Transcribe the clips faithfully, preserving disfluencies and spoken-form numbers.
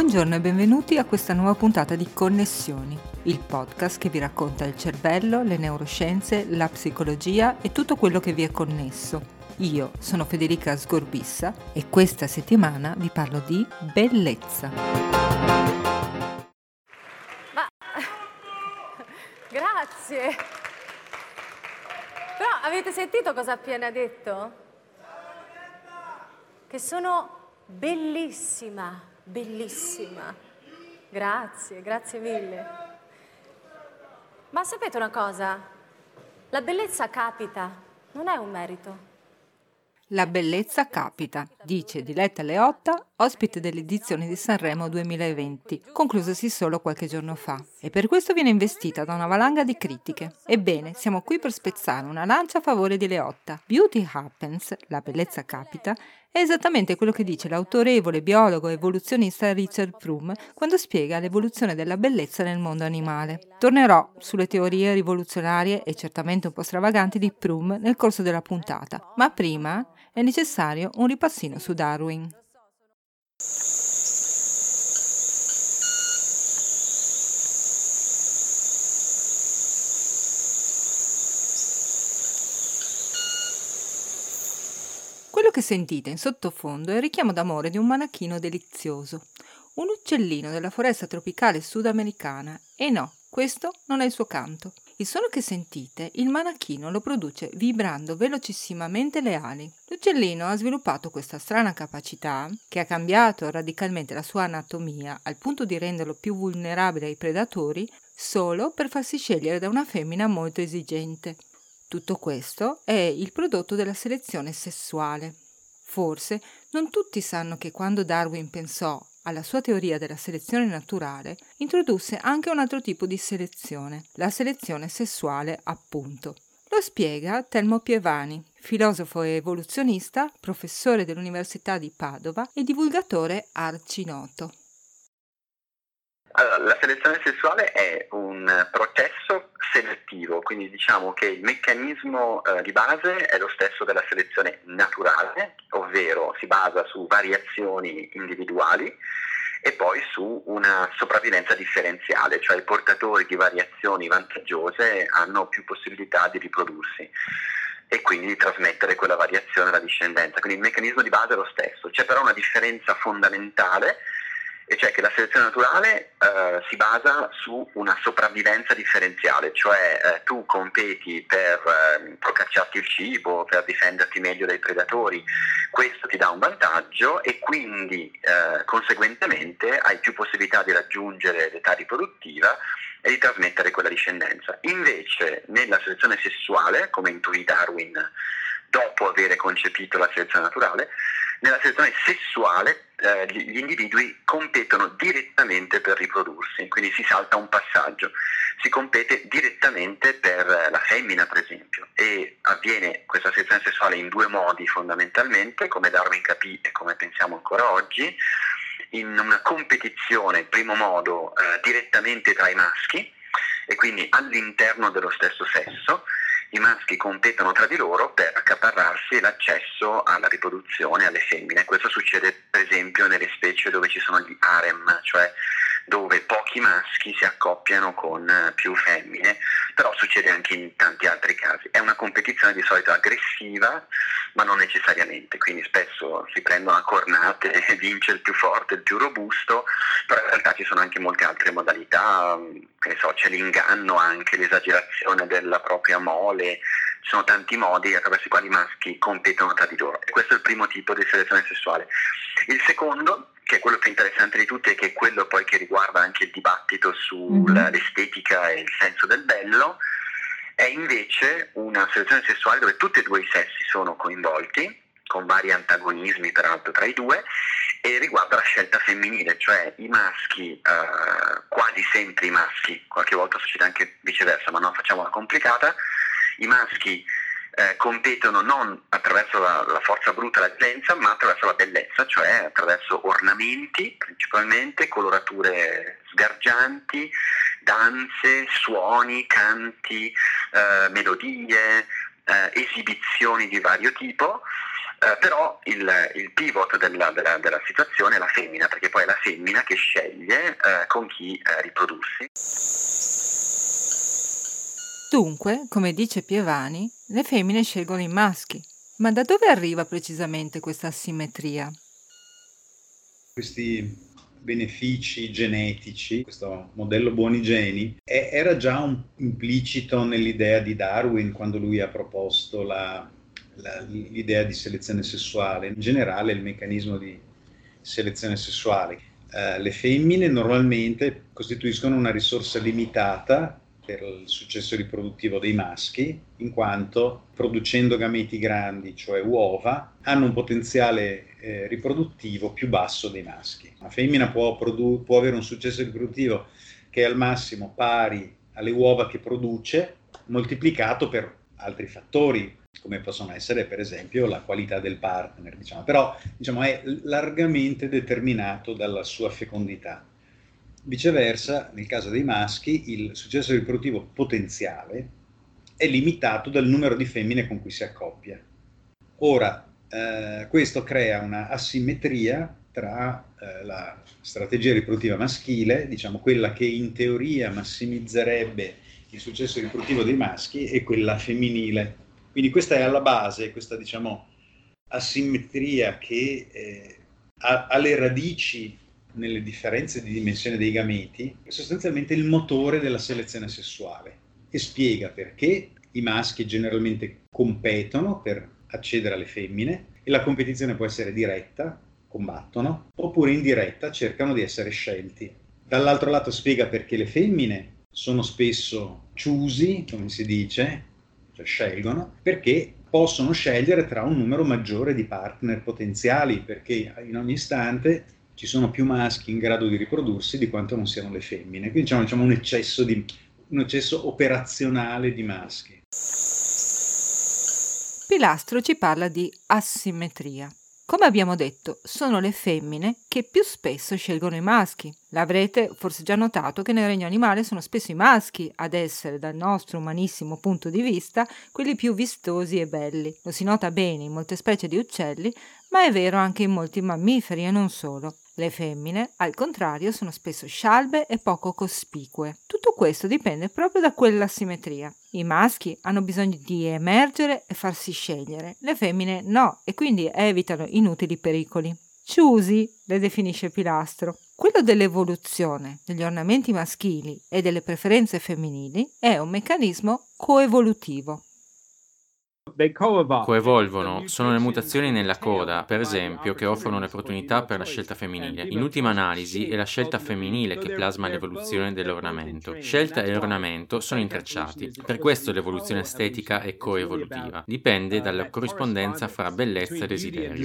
Buongiorno e benvenuti a questa nuova puntata di Connessioni, il podcast che vi racconta il cervello, le neuroscienze, la psicologia e tutto quello che vi è connesso. Io sono Federica Sgorbissa e questa settimana vi parlo di bellezza. Ma grazie. Però avete sentito cosa ha appena detto? Che sono bellissima. Bellissima, grazie, grazie mille. Ma sapete una cosa? La bellezza capita, non è un merito. La bellezza capita, dice Diletta Leotta, ospite dell'edizione di Sanremo duemilaventi, conclusasi solo qualche giorno fa, e per questo viene investita da una valanga di critiche. Ebbene, siamo qui per spezzare una lancia a favore di Leotta. Beauty happens, la bellezza capita, è esattamente quello che dice l'autorevole biologo e evoluzionista Richard Froome quando spiega l'evoluzione della bellezza nel mondo animale. Tornerò sulle teorie rivoluzionarie e certamente un po' stravaganti di Froome nel corso della puntata, ma prima è necessario un ripassino su Darwin. Quello che sentite in sottofondo è il richiamo d'amore di un monachino delizioso, un uccellino della foresta tropicale sudamericana, e no, questo non è il suo canto. Il suono che sentite, il monachino lo produce vibrando velocissimamente le ali. L'uccellino ha sviluppato questa strana capacità, che ha cambiato radicalmente la sua anatomia al punto di renderlo più vulnerabile ai predatori, solo per farsi scegliere da una femmina molto esigente. Tutto questo è il prodotto della selezione sessuale. Forse non tutti sanno che quando Darwin pensò alla sua teoria della selezione naturale, introdusse anche un altro tipo di selezione, la selezione sessuale, appunto. Lo spiega Telmo Pievani, filosofo e evoluzionista, professore dell'Università di Padova e divulgatore arcinoto. Allora, la selezione sessuale è un processo selettivo, quindi diciamo che il meccanismo eh, di base è lo stesso della selezione naturale, ovvero si basa su variazioni individuali e poi su una sopravvivenza differenziale, cioè i portatori di variazioni vantaggiose hanno più possibilità di riprodursi e quindi di trasmettere quella variazione alla discendenza. Quindi il meccanismo di base è lo stesso, c'è però una differenza fondamentale, e cioè che la selezione naturale eh, si basa su una sopravvivenza differenziale, cioè eh, tu competi per eh, procacciarti il cibo, per difenderti meglio dai predatori, questo ti dà un vantaggio e quindi eh, conseguentemente hai più possibilità di raggiungere l'età riproduttiva e di trasmettere quella discendenza. Invece nella selezione sessuale, come intuì Darwin dopo aver concepito la selezione naturale, nella selezione sessuale eh, gli individui competono direttamente per riprodursi, quindi si salta un passaggio, si compete direttamente per la femmina per esempio, e avviene questa selezione sessuale in due modi fondamentalmente, come Darwin capì e come pensiamo ancora oggi, in una competizione, primo modo, eh, direttamente tra i maschi e quindi all'interno dello stesso sesso. I maschi competono tra di loro per accaparrarsi l'accesso alla riproduzione alle femmine. Questo succede per esempio nelle specie dove ci sono gli harem, cioè dove pochi maschi si accoppiano con più femmine, però succede anche in tanti altri casi. È una competizione di solito aggressiva, ma non necessariamente, quindi spesso si prendono a cornate e vince il più forte, il più robusto, però in realtà ci sono anche molte altre modalità, che ne so, c'è l'inganno anche, l'esagerazione della propria mole, ci sono tanti modi attraverso i quali i maschi competono tra di loro, e questo è il primo tipo di selezione sessuale. Il secondo, che è quello più interessante di tutti e che è quello poi che riguarda anche il dibattito sull'estetica e il senso del bello, è invece una selezione sessuale dove tutti e due i sessi sono coinvolti, con vari antagonismi peraltro tra i due, e riguarda la scelta femminile, cioè i maschi, eh, quasi sempre i maschi, qualche volta succede anche viceversa, ma non facciamola complicata, i maschi eh, competono non attraverso la, la forza bruta e la violenza, ma attraverso la bellezza, cioè attraverso ornamenti principalmente, colorature sgargianti, danze, suoni, canti, eh, melodie, eh, esibizioni di vario tipo, Eh, però il, il pivot della, della, della situazione è la femmina, perché poi è la femmina che sceglie eh, con chi eh, riprodursi. Dunque, come dice Pievani, le femmine scelgono i maschi. Ma da dove arriva precisamente questa asimmetria? Questi benefici genetici, questo modello buoni geni, è, era già un, implicito nell'idea di Darwin quando lui ha proposto la, la, l'idea di selezione sessuale, in generale il meccanismo di selezione sessuale. Uh, le femmine normalmente costituiscono una risorsa limitata per il successo riproduttivo dei maschi, in quanto producendo gameti grandi, cioè uova, hanno un potenziale eh, riproduttivo più basso dei maschi. La femmina può, produ- può avere un successo riproduttivo che è al massimo pari alle uova che produce, moltiplicato per altri fattori, come possono essere per esempio la qualità del partner, diciamo. Però diciamo, è largamente determinato dalla sua fecondità. Viceversa, nel caso dei maschi, il successo riproduttivo potenziale è limitato dal numero di femmine con cui si accoppia. Ora, eh, questo crea una asimmetria tra eh, la strategia riproduttiva maschile, diciamo quella che in teoria massimizzerebbe il successo riproduttivo dei maschi, e quella femminile. Quindi questa è alla base, questa diciamo asimmetria che eh, ha, ha le radici nelle differenze di dimensione dei gameti, è sostanzialmente il motore della selezione sessuale e spiega perché i maschi generalmente competono per accedere alle femmine, e la competizione può essere diretta, combattono, oppure indiretta, cercano di essere scelti. Dall'altro lato spiega perché le femmine sono spesso choosy, come si dice, cioè scelgono, perché possono scegliere tra un numero maggiore di partner potenziali, perché in ogni istante ci sono più maschi in grado di riprodursi di quanto non siano le femmine. Quindi diciamo, diciamo un eccesso di, un eccesso operazionale di maschi. Pilastro ci parla di asimmetria. Come abbiamo detto, sono le femmine che più spesso scelgono i maschi. L'avrete forse già notato che nel regno animale sono spesso i maschi ad essere, dal nostro umanissimo punto di vista, quelli più vistosi e belli. Lo si nota bene in molte specie di uccelli, ma è vero anche in molti mammiferi e non solo. Le femmine, al contrario, sono spesso scialbe e poco cospicue. Tutto questo dipende proprio da quella simmetria. I maschi hanno bisogno di emergere e farsi scegliere, le femmine no, e quindi evitano inutili pericoli. Choosy le definisce Pilastro. Quello dell'evoluzione degli ornamenti maschili e delle preferenze femminili è un meccanismo coevolutivo. Coevolvono, sono le mutazioni nella coda, per esempio, che offrono le opportunità per la scelta femminile. In ultima analisi è la scelta femminile che plasma l'evoluzione dell'ornamento. Scelta e ornamento sono intrecciati, per questo l'evoluzione estetica è coevolutiva. Dipende dalla corrispondenza fra bellezza e desiderio.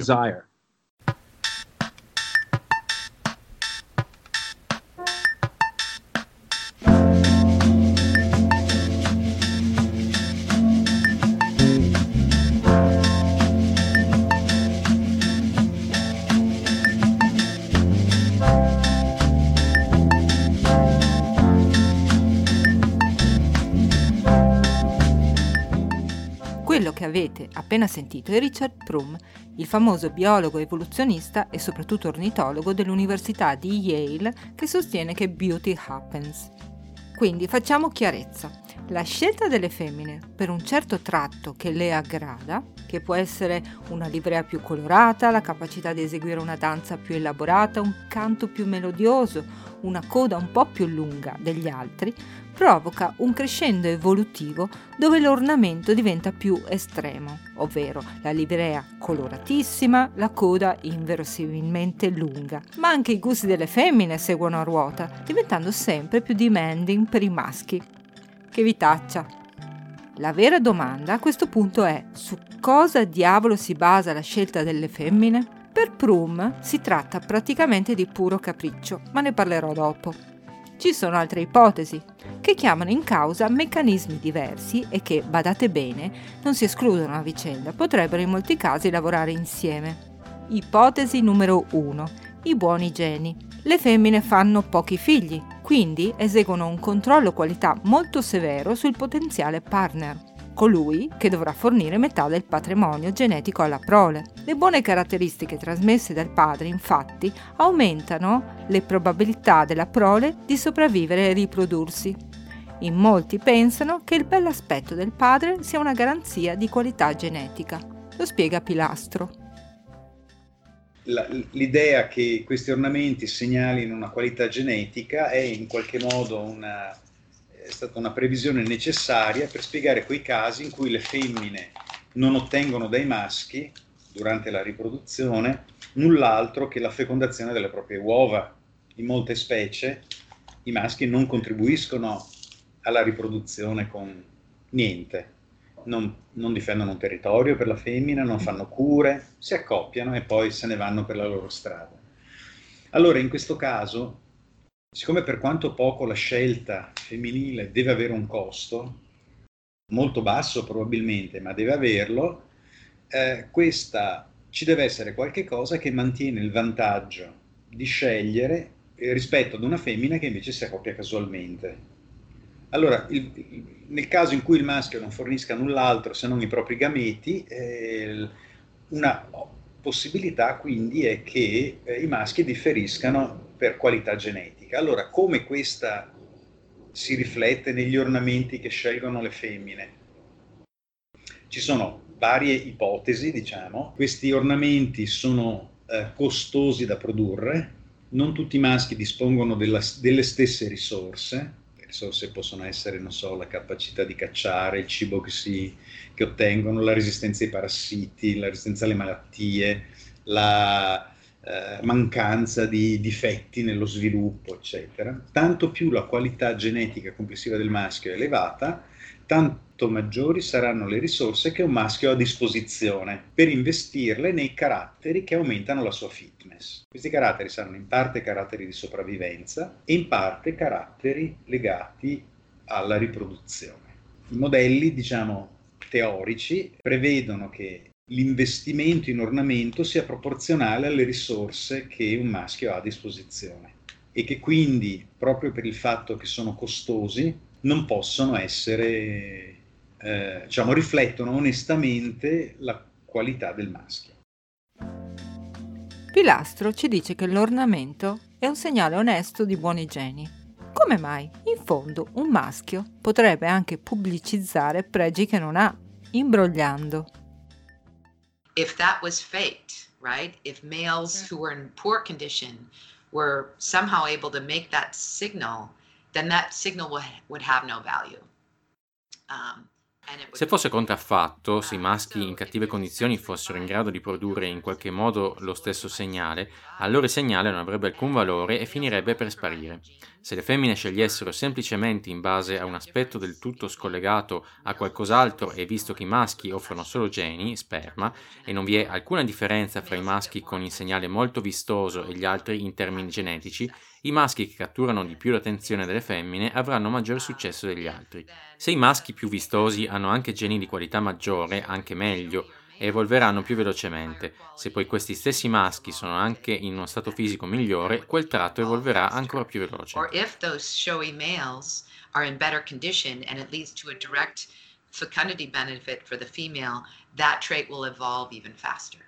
Quello che avete appena sentito è Richard Prum, il famoso biologo evoluzionista e soprattutto ornitologo dell'Università di Yale, che sostiene che beauty happens. Quindi facciamo chiarezza. La scelta delle femmine per un certo tratto che le aggrada, che può essere una livrea più colorata, la capacità di eseguire una danza più elaborata, un canto più melodioso, una coda un po' più lunga degli altri, provoca un crescendo evolutivo dove l'ornamento diventa più estremo, ovvero la livrea coloratissima, la coda inverosimilmente lunga. Ma anche i gusti delle femmine seguono a ruota, diventando sempre più demanding per i maschi. Che vitaccia! La vera domanda a questo punto è: su cosa diavolo si basa la scelta delle femmine? Per Prum si tratta praticamente di puro capriccio, ma ne parlerò dopo. Ci sono altre ipotesi che chiamano in causa meccanismi diversi e che, badate bene, non si escludono a vicenda, potrebbero in molti casi lavorare insieme. Ipotesi numero uno: i buoni geni. Le femmine fanno pochi figli, quindi eseguono un controllo qualità molto severo sul potenziale partner. colui che dovrà fornire metà del patrimonio genetico alla prole. Le buone caratteristiche trasmesse dal padre, infatti, aumentano le probabilità della prole di sopravvivere e riprodursi. In molti pensano che il bell'aspetto del padre sia una garanzia di qualità genetica. Lo spiega Pilastro. La, l'idea che questi ornamenti segnalino una qualità genetica è in qualche modo una, è stata una previsione necessaria per spiegare quei casi in cui le femmine non ottengono dai maschi, durante la riproduzione, null'altro che la fecondazione delle proprie uova. In molte specie i maschi non contribuiscono alla riproduzione con niente, non, non difendono un territorio per la femmina, non fanno cure, si accoppiano e poi se ne vanno per la loro strada. Allora in questo caso, siccome per quanto poco la scelta femminile deve avere un costo, molto basso probabilmente, ma deve averlo, eh, questa, ci deve essere qualche cosa che mantiene il vantaggio di scegliere rispetto ad una femmina che invece si accoppia casualmente. Allora, il, il, nel caso in cui il maschio non fornisca null'altro se non i propri gameti, eh, una possibilità quindi è che eh, i maschi differiscano per qualità genetica. Allora, come questa si riflette negli ornamenti che scelgono le femmine? Ci sono varie ipotesi, diciamo. Questi ornamenti sono eh, costosi da produrre, non tutti i maschi dispongono della, delle stesse risorse. Risorse possono essere, non so, la capacità di cacciare, il cibo che, si, che ottengono, la resistenza ai parassiti, la resistenza alle malattie, la eh, mancanza di difetti nello sviluppo, eccetera. Tanto più la qualità genetica complessiva del maschio è elevata, tanto maggiori saranno le risorse che un maschio ha a disposizione per investirle nei caratteri che aumentano la sua fitness. Questi caratteri saranno in parte caratteri di sopravvivenza e in parte caratteri legati alla riproduzione. I modelli, diciamo, teorici prevedono che l'investimento in ornamento sia proporzionale alle risorse che un maschio ha a disposizione e che quindi, proprio per il fatto che sono costosi, non possono essere, eh, diciamo, riflettono onestamente la qualità del maschio. Pilastro ci dice che l'ornamento è un segnale onesto di buoni geni. Come mai? In fondo, un maschio potrebbe anche pubblicizzare pregi che non ha, imbrogliando. If that was faked, right? If males who were in poor condition were somehow able to make that signal, then that signal would, would have no value. Um, Se fosse contraffatto, se i maschi in cattive condizioni fossero in grado di produrre in qualche modo lo stesso segnale, allora il segnale non avrebbe alcun valore e finirebbe per sparire. Se le femmine scegliessero semplicemente in base a un aspetto del tutto scollegato a qualcos'altro e visto che i maschi offrono solo geni, sperma, e non vi è alcuna differenza fra i maschi con il segnale molto vistoso e gli altri in termini genetici, i maschi che catturano di più l'attenzione delle femmine avranno maggior successo degli altri. Se i maschi più vistosi hanno anche geni di qualità maggiore, anche meglio, e evolveranno più velocemente. Se poi questi stessi maschi sono anche in uno stato fisico migliore, quel tratto evolverà ancora più veloce. Or if those showy males are in better condition and it leads to a direct fecundity benefit for the female, that trait will evolve even faster.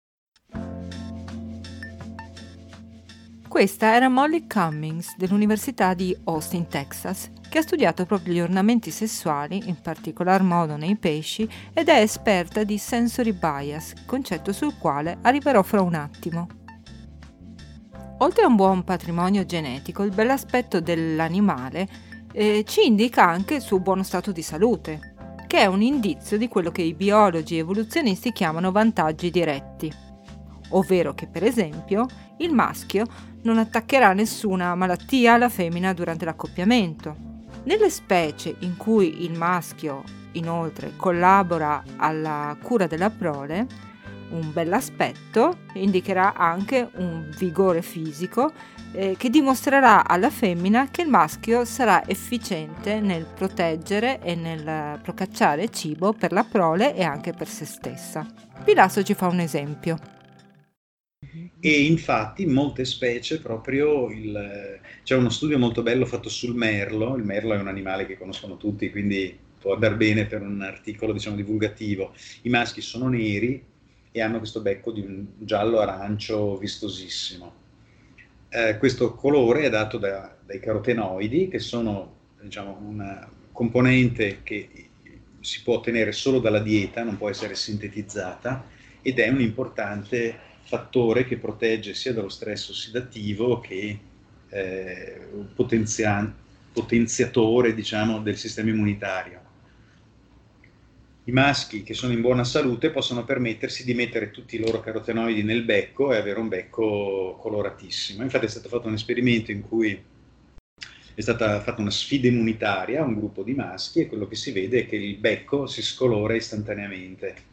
Questa era Molly Cummings dell'Università di Austin, Texas, che ha studiato proprio gli ornamenti sessuali, in particolar modo nei pesci, ed è esperta di sensory bias, concetto sul quale arriverò fra un attimo. Oltre a un buon patrimonio genetico, il bell'aspetto dell'animale eh, ci indica anche il suo buono stato di salute, che è un indizio di quello che i biologi evoluzionisti chiamano vantaggi diretti, ovvero che, per esempio, il maschio non attaccherà nessuna malattia alla femmina durante l'accoppiamento. Nelle specie in cui il maschio, inoltre, collabora alla cura della prole, un bell'aspetto indicherà anche un vigore fisico eh, che dimostrerà alla femmina che il maschio sarà efficiente nel proteggere e nel procacciare cibo per la prole e anche per se stessa. Pilastro ci fa un esempio. E infatti in molte specie proprio il, c'è uno studio molto bello fatto sul merlo. Il merlo è un animale che conoscono tutti, quindi può andare bene per un articolo, diciamo, divulgativo. I maschi sono neri e hanno questo becco di un giallo-arancio vistosissimo. Eh, questo colore è dato da, dai carotenoidi, che sono, diciamo, una componente che si può ottenere solo dalla dieta, non può essere sintetizzata, ed è un importante fattore che protegge sia dallo stress ossidativo che eh, un potenzia- potenziatore, diciamo, del sistema immunitario. I maschi che sono in buona salute possono permettersi di mettere tutti i loro carotenoidi nel becco e avere un becco coloratissimo. Infatti è stato fatto un esperimento in cui è stata fatta una sfida immunitaria a un gruppo di maschi e quello che si vede è che il becco si scolora istantaneamente.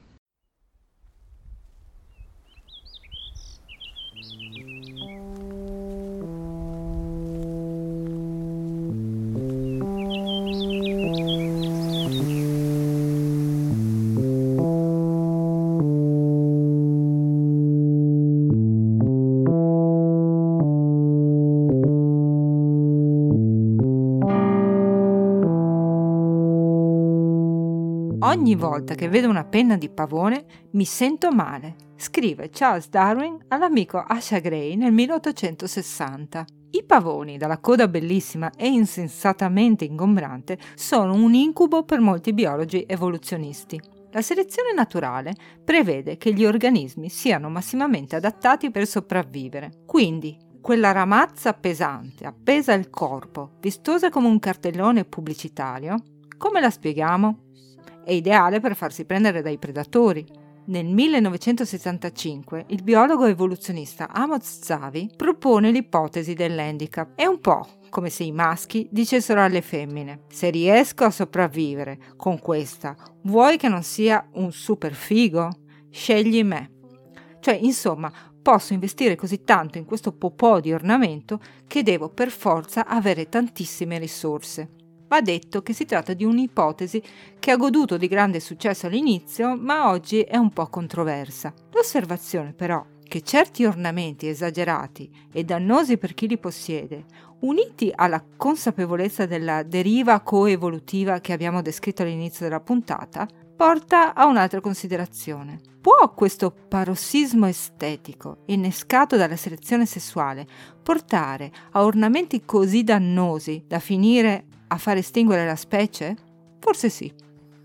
Ogni volta che vedo una penna di pavone mi sento male, scrive Charles Darwin all'amico Asha Gray nel milleottocentosessanta. I pavoni, dalla coda bellissima e insensatamente ingombrante, sono un incubo per molti biologi evoluzionisti. La selezione naturale prevede che gli organismi siano massimamente adattati per sopravvivere. Quindi, quella ramazza pesante, appesa al corpo, vistosa come un cartellone pubblicitario, come la spieghiamo? È ideale per farsi prendere dai predatori. Nel millenovecentosessantacinque il biologo evoluzionista Amos Zavi propone l'ipotesi dell'handicap. È un po' come se i maschi dicessero alle femmine: se riesco a sopravvivere con questa, vuoi che non sia un super figo? Scegli me. Cioè, insomma, posso investire così tanto in questo popò di ornamento che devo per forza avere tantissime risorse. Va detto che si tratta di un'ipotesi che ha goduto di grande successo all'inizio, ma oggi è un po' controversa. L'osservazione però che certi ornamenti esagerati e dannosi per chi li possiede, uniti alla consapevolezza della deriva coevolutiva che abbiamo descritto all'inizio della puntata, porta a un'altra considerazione. Può questo parossismo estetico, innescato dalla selezione sessuale, portare a ornamenti così dannosi da finire a far estinguere la specie? Forse sì.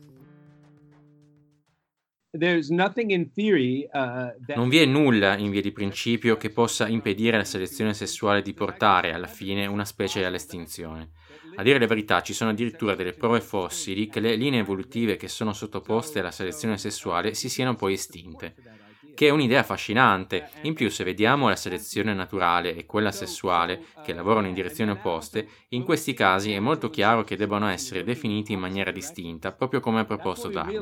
Non vi è nulla in via di principio che possa impedire alla selezione sessuale di portare alla fine una specie all'estinzione. A dire la verità, ci sono addirittura delle prove fossili che le linee evolutive che sono sottoposte alla selezione sessuale si siano poi estinte, che è un'idea affascinante. In più, se vediamo la selezione naturale e quella sessuale, che lavorano in direzioni opposte, in questi casi è molto chiaro che debbano essere definiti in maniera distinta, proprio come ha proposto Darwin.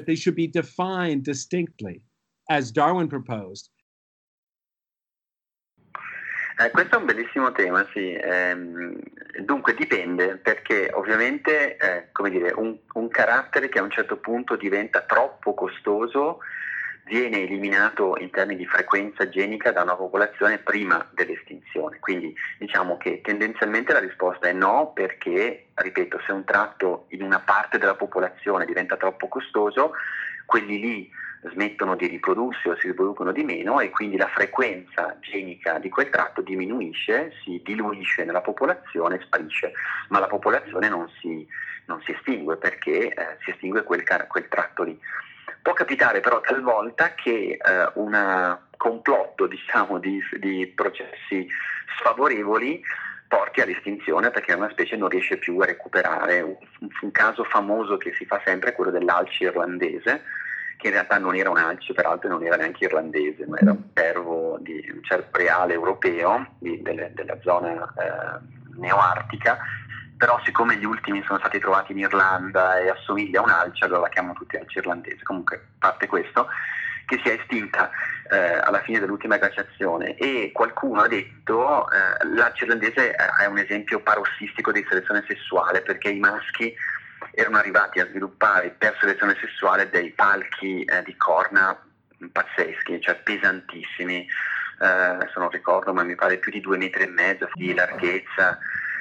Eh, questo è un bellissimo tema, sì. Ehm, dunque dipende, perché ovviamente, eh, come dire, un, un carattere che a un certo punto diventa troppo costoso viene eliminato in termini di frequenza genica da una popolazione prima dell'estinzione. Quindi diciamo che tendenzialmente la risposta è no, perché, ripeto, se un tratto in una parte della popolazione diventa troppo costoso, quelli lì smettono di riprodursi o si riproducono di meno e quindi la frequenza genica di quel tratto diminuisce, si diluisce nella popolazione e sparisce, ma la popolazione non si, non si estingue perché eh, si estingue quel, quel tratto lì. Può capitare però talvolta che eh, un complotto, diciamo, di, di processi sfavorevoli porti all'estinzione perché una specie non riesce più a recuperare. Un, un caso famoso che si fa sempre è quello dell'alce irlandese, che in realtà non era un alce, peraltro non era neanche irlandese, ma era un cervo, di, un cervo reale europeo di, delle, della zona eh, neoartica, però siccome gli ultimi sono stati trovati in Irlanda e assomiglia a un alce, allora la chiamano tutti alce irlandese. Comunque, a parte questo, che si è estinta eh, alla fine dell'ultima glaciazione, e qualcuno ha detto eh, l'alce irlandese è un esempio parossistico di selezione sessuale, perché i maschi erano arrivati a sviluppare per selezione sessuale dei palchi eh, di corna pazzeschi, cioè pesantissimi, eh, adesso non ricordo, ma mi pare più di due metri e mezzo di larghezza,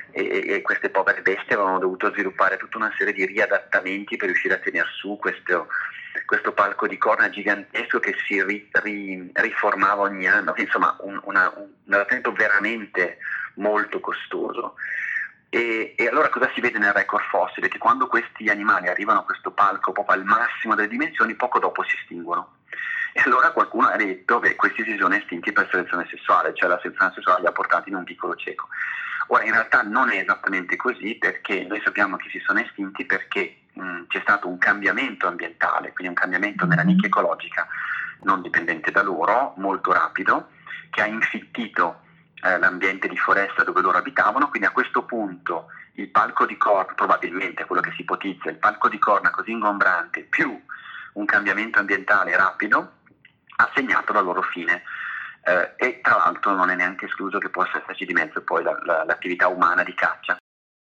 e, e queste povere bestie avevano dovuto sviluppare tutta una serie di riadattamenti per riuscire a tenere su questo, questo palco di corna gigantesco che si ri, ri, riformava ogni anno, insomma un, una, un, un adattamento veramente molto costoso. E, e allora cosa si vede nel record fossile? Che quando questi animali arrivano a questo palco proprio al massimo delle dimensioni, poco dopo si estinguono. E allora qualcuno ha detto che questi si sono estinti per selezione sessuale, cioè la selezione sessuale li ha portati in un piccolo cieco. Ora in realtà non è esattamente così, perché noi sappiamo che si sono estinti perché mh, c'è stato un cambiamento ambientale, quindi un cambiamento nella nicchia ecologica non dipendente da loro, molto rapido, che ha infittito eh, l'ambiente di foresta dove loro abitavano, quindi a questo punto il palco di corna, probabilmente quello che si ipotizza, il palco di corna così ingombrante più un cambiamento ambientale rapido ha segnato la loro fine. Eh, e tra l'altro non è neanche escluso che possa esserci di mezzo poi la, la, l'attività umana di caccia.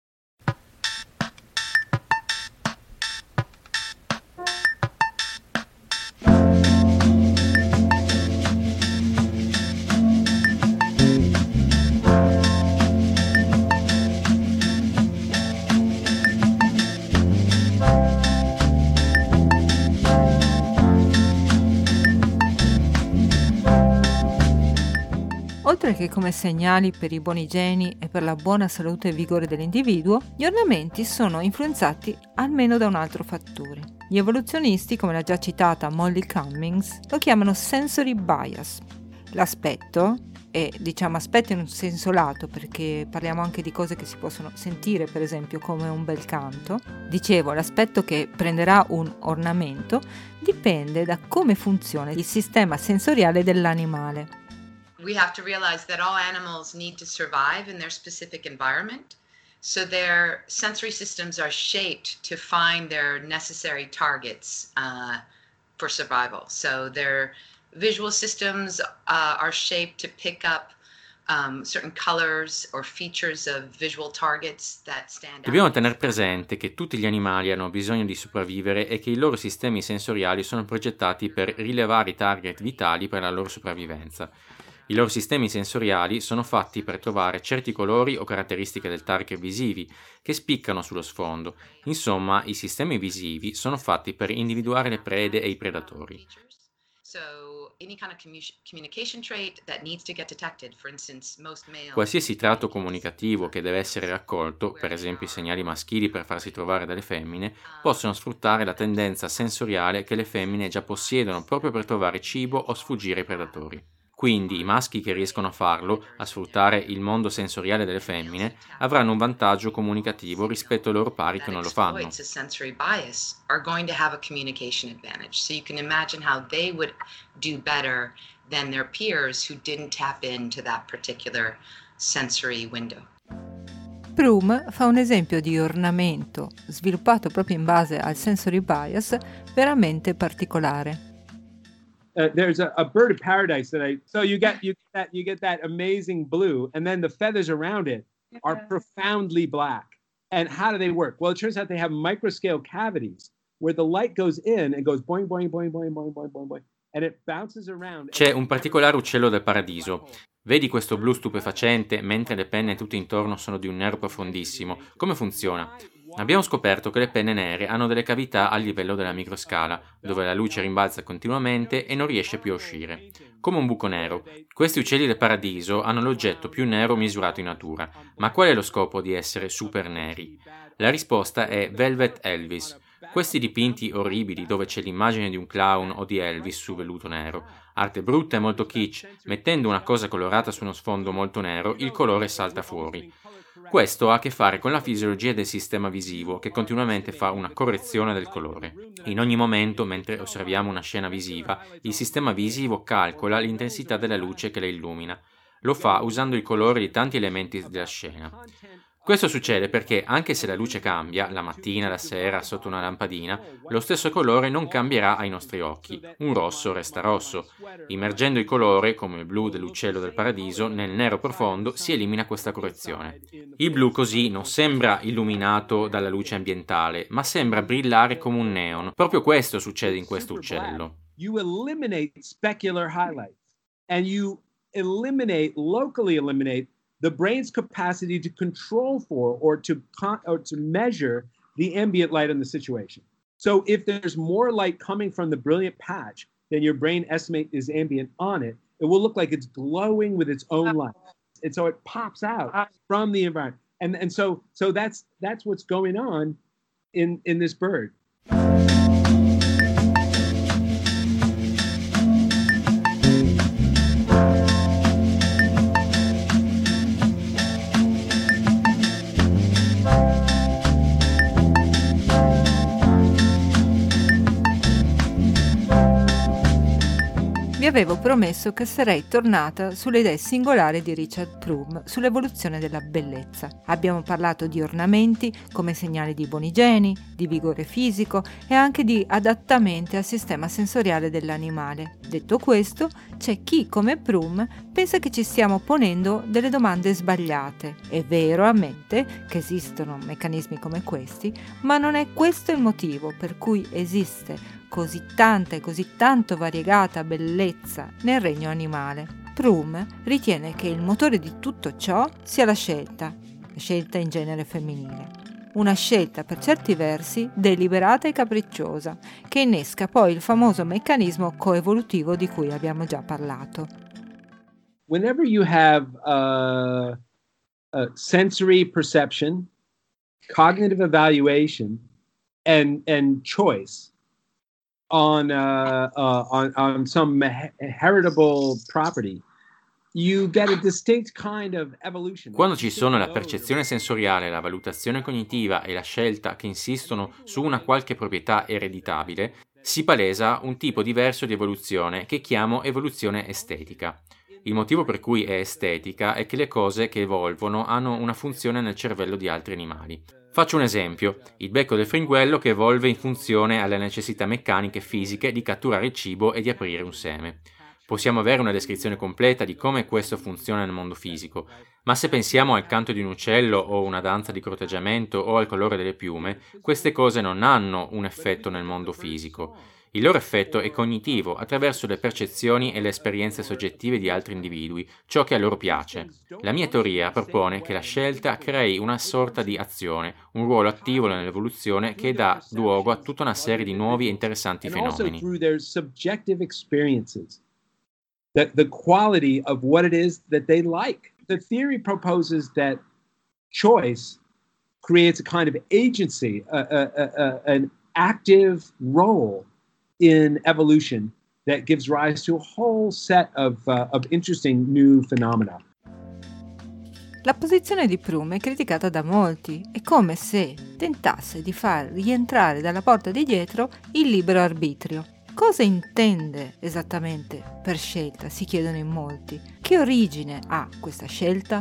Oltre che come segnali per i buoni geni e per la buona salute e vigore dell'individuo, gli ornamenti sono influenzati almeno da un altro fattore. Gli evoluzionisti, come la già citata Molly Cummings, lo chiamano sensory bias. L'aspetto, e diciamo aspetto in un senso lato perché parliamo anche di cose che si possono sentire, per esempio come un bel canto, dicevo l'aspetto che prenderà un ornamento dipende da come funziona il sistema sensoriale dell'animale. We have to realize that all animals need to survive in their specific environment. So their sensory systems are shaped to find their necessary targets uh, for survival. So their visual systems uh, are shaped to pick up um, certain colors or features of visual targets that stand out. Dobbiamo tenere presente che tutti gli animali hanno bisogno di sopravvivere e che i loro sistemi sensoriali sono progettati per rilevare i target vitali per la loro sopravvivenza. I loro sistemi sensoriali sono fatti per trovare certi colori o caratteristiche del target visivi che spiccano sullo sfondo. Insomma, i sistemi visivi sono fatti per individuare le prede e i predatori. Qualsiasi tratto comunicativo che deve essere raccolto, per esempio i segnali maschili per farsi trovare dalle femmine, possono sfruttare la tendenza sensoriale che le femmine già possiedono proprio per trovare cibo o sfuggire ai predatori. Quindi i maschi che riescono a farlo, a sfruttare il mondo sensoriale delle femmine, avranno un vantaggio comunicativo rispetto ai loro pari che non lo fanno. Broom fa un esempio di ornamento sviluppato proprio in base al sensory bias veramente particolare. Uh, there's a, a bird of paradise that I so you get you get that you get that amazing blue, and then the feathers around it are profoundly black. And how do they work? Well, it turns out they have microscale cavities where the light goes in and goes boing boing boing boing boing boing boing boing, and it bounces around. C'è un particolare uccello del paradiso. Vedi questo blu stupefacente mentre le penne tutte intorno sono di un nero profondissimo. Come funziona? Abbiamo scoperto che le penne nere hanno delle cavità a livello della microscala, dove la luce rimbalza continuamente e non riesce più a uscire. Come un buco nero. Questi uccelli del paradiso hanno l'oggetto più nero misurato in natura. Ma qual è lo scopo di essere super neri? La risposta è Velvet Elvis. Questi dipinti orribili dove c'è l'immagine di un clown o di Elvis su velluto nero. Arte brutta e molto kitsch, mettendo una cosa colorata su uno sfondo molto nero, il colore salta fuori. Questo ha a che fare con la fisiologia del sistema visivo, che continuamente fa una correzione del colore. In ogni momento, mentre osserviamo una scena visiva, il sistema visivo calcola l'intensità della luce che la illumina. Lo fa usando il colore di tanti elementi della scena. Questo succede perché, anche se la luce cambia, la mattina, la sera, sotto una lampadina, lo stesso colore non cambierà ai nostri occhi. Un rosso resta rosso. Immergendo il colore, come il blu dell'uccello del paradiso, nel nero profondo, si elimina questa correzione. Il blu così non sembra illuminato dalla luce ambientale, ma sembra brillare come un neon. Proprio questo succede in questo uccello. You eliminate specular highlights and you eliminate, locally eliminate the brain's capacity to control for or to con- or to measure the ambient light on the situation. So if there's more light coming from the brilliant patch than your brain estimate is ambient on it, it will look like it's glowing with its own light. And so it pops out from the environment. And and so so that's that's what's going on in, in this bird. Vi avevo promesso che sarei tornata sulle idee singolari di Richard Prum sull'evoluzione della bellezza. Abbiamo parlato di ornamenti come segnali di buoni geni, di vigore fisico e anche di adattamenti al sistema sensoriale dell'animale. Detto questo, c'è chi come Prum pensa che ci stiamo ponendo delle domande sbagliate. È vero, ammette che esistono meccanismi come questi, ma non è questo il motivo per cui esiste così tanta e così tanto variegata bellezza nel regno animale. Prum ritiene che il motore di tutto ciò sia la scelta, la scelta in genere femminile. Una scelta per certi versi deliberata e capricciosa, che innesca poi il famoso meccanismo coevolutivo di cui abbiamo già parlato. Whenever you have uh, uh, sensory perception, cognitive evaluation, and, and choice, On, uh, uh, on on some heritable property, you get a distinct kind of evolution. Quando ci sono la percezione sensoriale, la valutazione cognitiva e la scelta che insistono su una qualche proprietà ereditabile, si palesa un tipo diverso di evoluzione che chiamo evoluzione estetica. Il motivo per cui è estetica è che le cose che evolvono hanno una funzione nel cervello di altri animali. Faccio un esempio, il becco del fringuello che evolve in funzione alle necessità meccaniche e fisiche di catturare il cibo e di aprire un seme. Possiamo avere una descrizione completa di come questo funziona nel mondo fisico, ma se pensiamo al canto di un uccello o una danza di corteggiamento o al colore delle piume, queste cose non hanno un effetto nel mondo fisico. Il loro effetto è cognitivo, attraverso le percezioni e le esperienze soggettive di altri individui, ciò che a loro piace. La mia teoria propone che la scelta crei una sorta di azione, un ruolo attivo nell'evoluzione che dà luogo a tutta una serie di nuovi e interessanti fenomeni. The, the quality of what it is that they like. The theory proposes that choice creates a kind of agency, a, a, a, an active role in evolution that gives rise to a whole set of, uh, of interesting new phenomena. La posizione di Prum è criticata da molti, è come se tentasse di far rientrare dalla porta di dietro il libero arbitrio. Cosa intende esattamente per scelta, si chiedono in molti. Che origine ha questa scelta?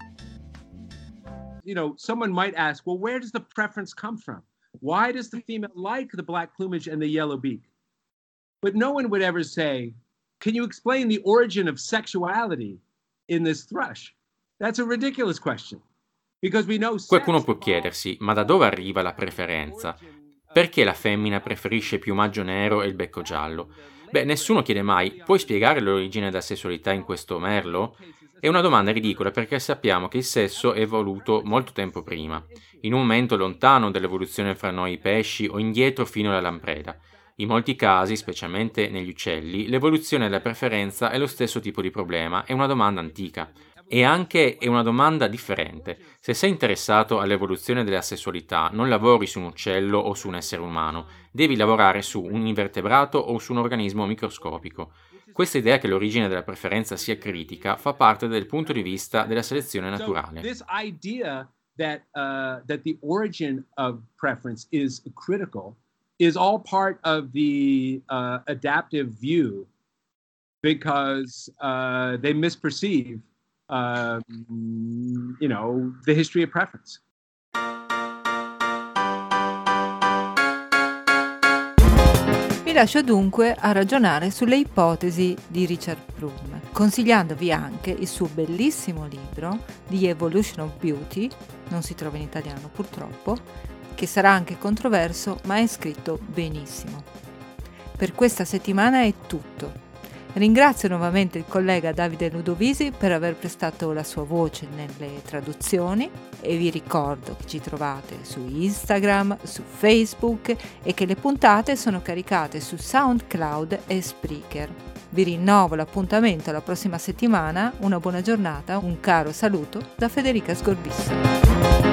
You know, someone might ask, well, where does the preference come from? Why does the female like the black plumage and the yellow beak? But no one would ever say, can you explain the origin of sexuality in this thrush? That's a ridiculous question. Because we know Qualcuno può chiedersi, ma da dove arriva la preferenza? Perché la femmina preferisce il piumaggio nero e il becco giallo? Beh, nessuno chiede mai, puoi spiegare l'origine della sessualità in questo merlo? È una domanda ridicola perché sappiamo che il sesso è evoluto molto tempo prima, in un momento lontano dall'evoluzione fra noi pesci o indietro fino alla lampreda. In molti casi, specialmente negli uccelli, l'evoluzione della preferenza è lo stesso tipo di problema, è una domanda antica. E anche è una domanda differente. Se sei interessato all'evoluzione della sessualità, non lavori su un uccello o su un essere umano, devi lavorare su un invertebrato o su un organismo microscopico. Questa idea che l'origine della preferenza sia critica fa parte del punto di vista della selezione naturale. So this idea that uh, that the origin of preference is critical is all part of the uh, adaptive view because uh, they misperceive Uh, you know, the history of preference. Vi lascio dunque a ragionare sulle ipotesi di Richard Prum, consigliandovi anche il suo bellissimo libro The Evolution of Beauty, non si trova in italiano purtroppo, che sarà anche controverso ma è scritto benissimo. Per questa settimana è tutto. Ringrazio nuovamente il collega Davide Ludovisi per aver prestato la sua voce nelle traduzioni e vi ricordo che ci trovate su Instagram, su Facebook e che le puntate sono caricate su SoundCloud e Spreaker. Vi rinnovo l'appuntamento alla prossima settimana, una buona giornata, un caro saluto da Federica Sgorbissa.